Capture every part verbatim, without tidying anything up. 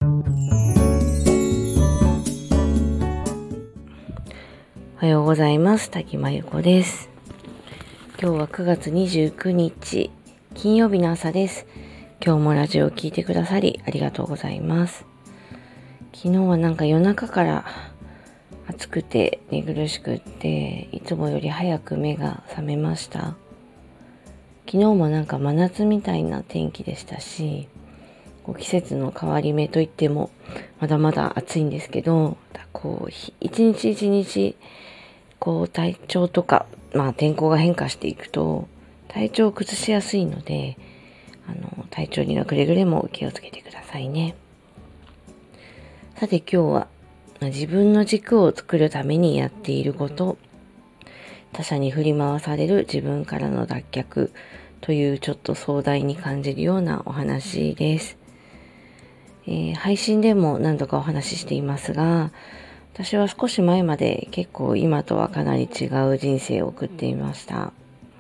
おはようございます。滝真由子です。今日はくがつにじゅうくにち金曜日の朝です。今日もラジオを聞いてくださりありがとうございます。昨日はなんか夜中から暑くて寝苦しくっていつもより早く目が覚めました。昨日もなんか真夏みたいな天気でしたし、こう季節の変わり目といってもまだまだ暑いんですけど、こう一日一日こう体調とか、まあ、天候が変化していくと体調を崩しやすいので、あの体調にはくれぐれも気をつけてくださいね。さて今日は自分の軸を作るためにやっていること、他者に振り回される自分からの脱却というちょっと壮大に感じるようなお話です。えー、配信でも何度かお話ししていますが、私は少し前まで結構今とはかなり違う人生を送っていました。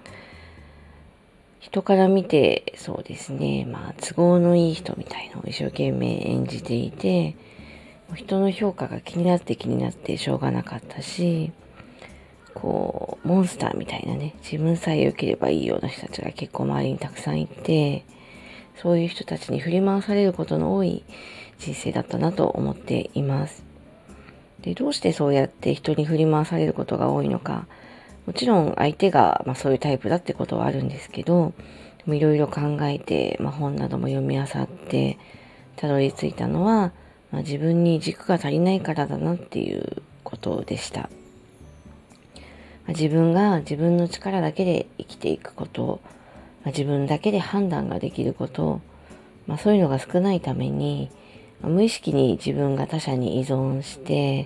人から見てそうですね、まあ都合のいい人みたいのを一生懸命演じていて、人の評価が気になって気になってしょうがなかったし、こうモンスターみたいなね、自分さえ良ければいいような人たちが結構周りにたくさんいて、そういう人たちに振り回されることの多い人生だったなと思っています。で、どうしてそうやって人に振り回されることが多いのか、もちろん相手が、まあ、そういうタイプだってことはあるんですけど、いろいろ考えて、まあ、本なども読み漁ってたどり着いたのは、まあ、自分に軸が足りないからだなっていうことでした。まあ、自分が自分の力だけで生きていくこと、まあ、自分だけで判断ができること、まあ、そういうのが少ないために、無意識に自分が他者に依存して、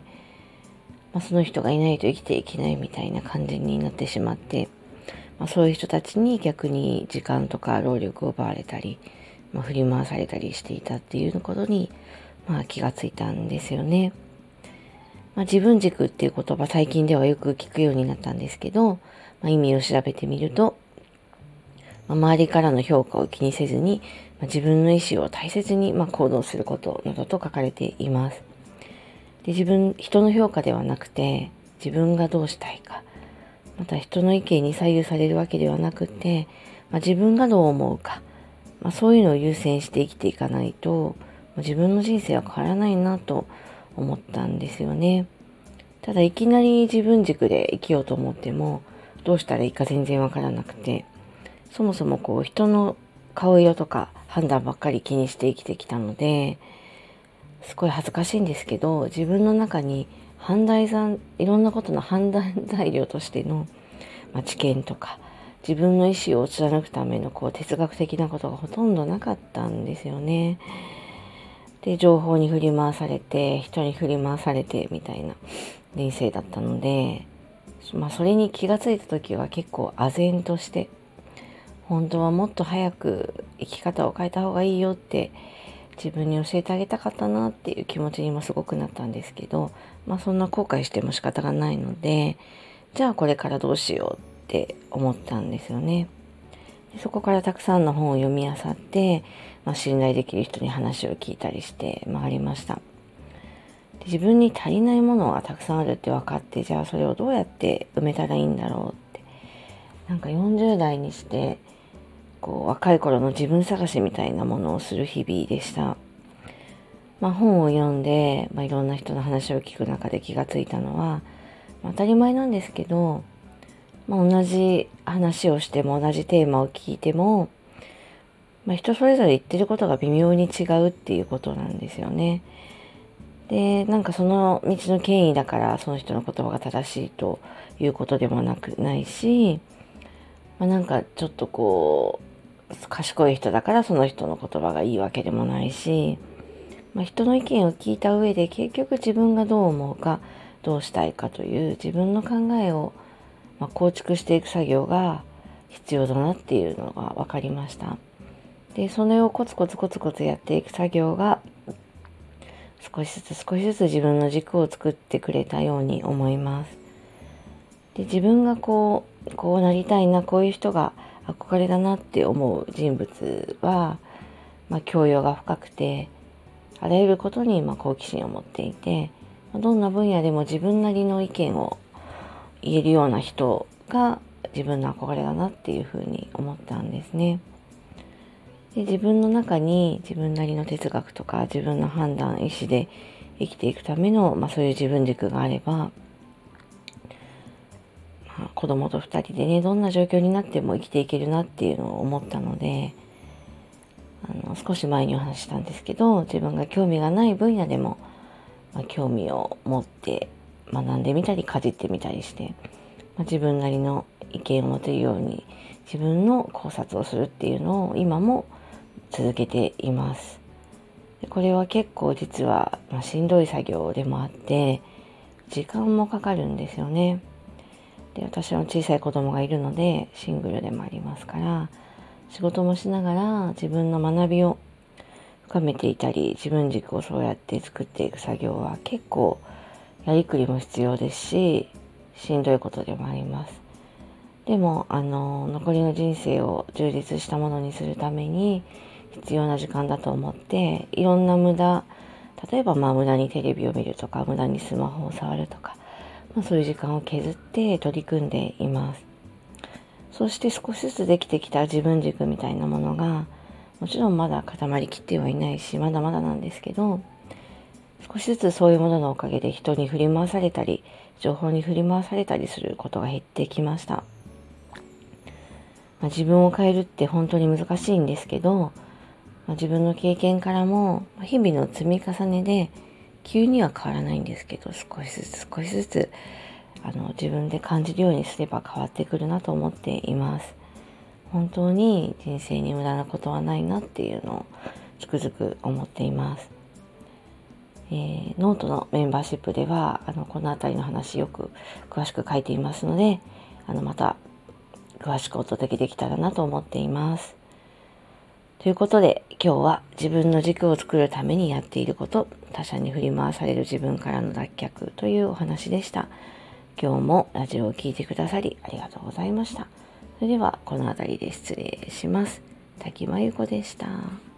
まあ、その人がいないと生きていけないみたいな感じになってしまって、まあ、そういう人たちに逆に時間とか労力を奪われたり、まあ、振り回されたりしていたっていうことに、まあ、気がついたんですよね。まあ、自分軸っていう言葉最近ではよく聞くようになったんですけど、まあ、意味を調べてみると、まあ、周りからの評価を気にせずに、まあ、自分の意思を大切に、まあ、行動することなどと書かれています。で、自分、人の評価ではなくて、自分がどうしたいか、また人の意見に左右されるわけではなくて、まあ、自分がどう思うか、まあ、そういうのを優先して生きていかないと、自分の人生は変わらないなと思ったんですよね。ただいきなり自分軸で生きようと思っても、どうしたらいいか全然わからなくて、そもそもこう人の顔色とか判断ばっかり気にして生きてきたので、すごい恥ずかしいんですけど、自分の中に判断材いろんなことの判断材料としての、まあ、知見とか自分の意思を貫くためのこう哲学的なことがほとんどなかったんですよね。で、情報に振り回されて、人に振り回されてみたいな人生だったので、まあそれに気がついた時は結構唖然として、本当はもっと早く生き方を変えた方がいいよって自分に教えてあげたかったなっていう気持ちにもすごくなったんですけど、まあそんな後悔しても仕方がないので、じゃあこれからどうしようって思ったんですよね。でそこからたくさんの本を読み漁って、まあ、信頼できる人に話を聞いたりして回りました。で自分に足りないものがたくさんあるって分かって、じゃあそれをどうやって埋めたらいいんだろうって、なんかよんじゅう代にしてこう若い頃の自分探しみたいなものをする日々でした。まあ、本を読んで、まあ、いろんな人の話を聞く中で気がついたのは、まあ、当たり前なんですけど、まあ、同じ話をしても同じテーマを聞いても、まあ、人それぞれ言ってることが微妙に違うっていうことなんですよね。で、なんかその道の権威だからその人の言葉が正しいということでもなくないし、まあ、なんかちょっとこう賢い人だからその人の言葉がいいわけでもないし、まあ、人の意見を聞いた上で結局自分がどう思うかどうしたいかという自分の考えを、まあ、構築していく作業が必要だなっていうのが分かりました。で、それをコツコツコツコツやっていく作業が少しずつ少しずつ自分の軸を作ってくれたように思います。で、自分がこうこうなりたいな、こういう人が憧れだなって思う人物は、まあ、教養が深くて、 あらゆることにまあ好奇心を持っていて、どんな分野でも自分なりの意見を言えるような人が自分の憧れだなっていうふうに思ったんですね。で、自分の中に自分なりの哲学とか自分の判断、意思で生きていくための、まあ、そういう自分軸があれば、まあ、子供と二人でね、どんな状況になっても生きていけるなっていうのを思ったので、あの少し前にお話ししたんですけど、自分が興味がない分野でも、まあ、興味を持って学んでみたりかじってみたりして、まあ、自分なりの意見を持てるように自分の考察をするっていうのを今も続けています。でこれは結構実は、まあ、しんどい作業でもあって時間もかかるんですよね。で、私は小さい子供がいるのでシングルでもありますから、仕事もしながら自分の学びを深めていたり、自分軸をそうやって作っていく作業は結構やりくりも必要ですし、しんどいことでもあります。でもあの残りの人生を充実したものにするために必要な時間だと思って、いろんな無駄、例えばまあ無駄にテレビを見るとか無駄にスマホを触るとか、まあ、そういう時間を削って取り組んでいます。そして少しずつできてきた自分軸みたいなものが、もちろんまだ固まりきってはいないし、まだまだなんですけど、少しずつそういうもののおかげで人に振り回されたり、情報に振り回されたりすることが減ってきました。まあ、自分を変えるって本当に難しいんですけど、まあ、自分の経験からも日々の積み重ねで急には変わらないんですけど、少しずつ少しずつあの自分で感じるようにすれば変わってくるなと思っています。本当に人生に無駄なことはないなっていうのをつくづく思っています。えー、ノートのメンバーシップではあのこのあたりの話よく詳しく書いていますので、あのまた詳しくお届けできたらなと思っています。ということで今日は自分の軸を作るためにやっていること、他者に振り回される自分からの脱却というお話でした。今日もラジオを聞いてくださりありがとうございました。それではこの辺りで失礼します。滝真由子でした。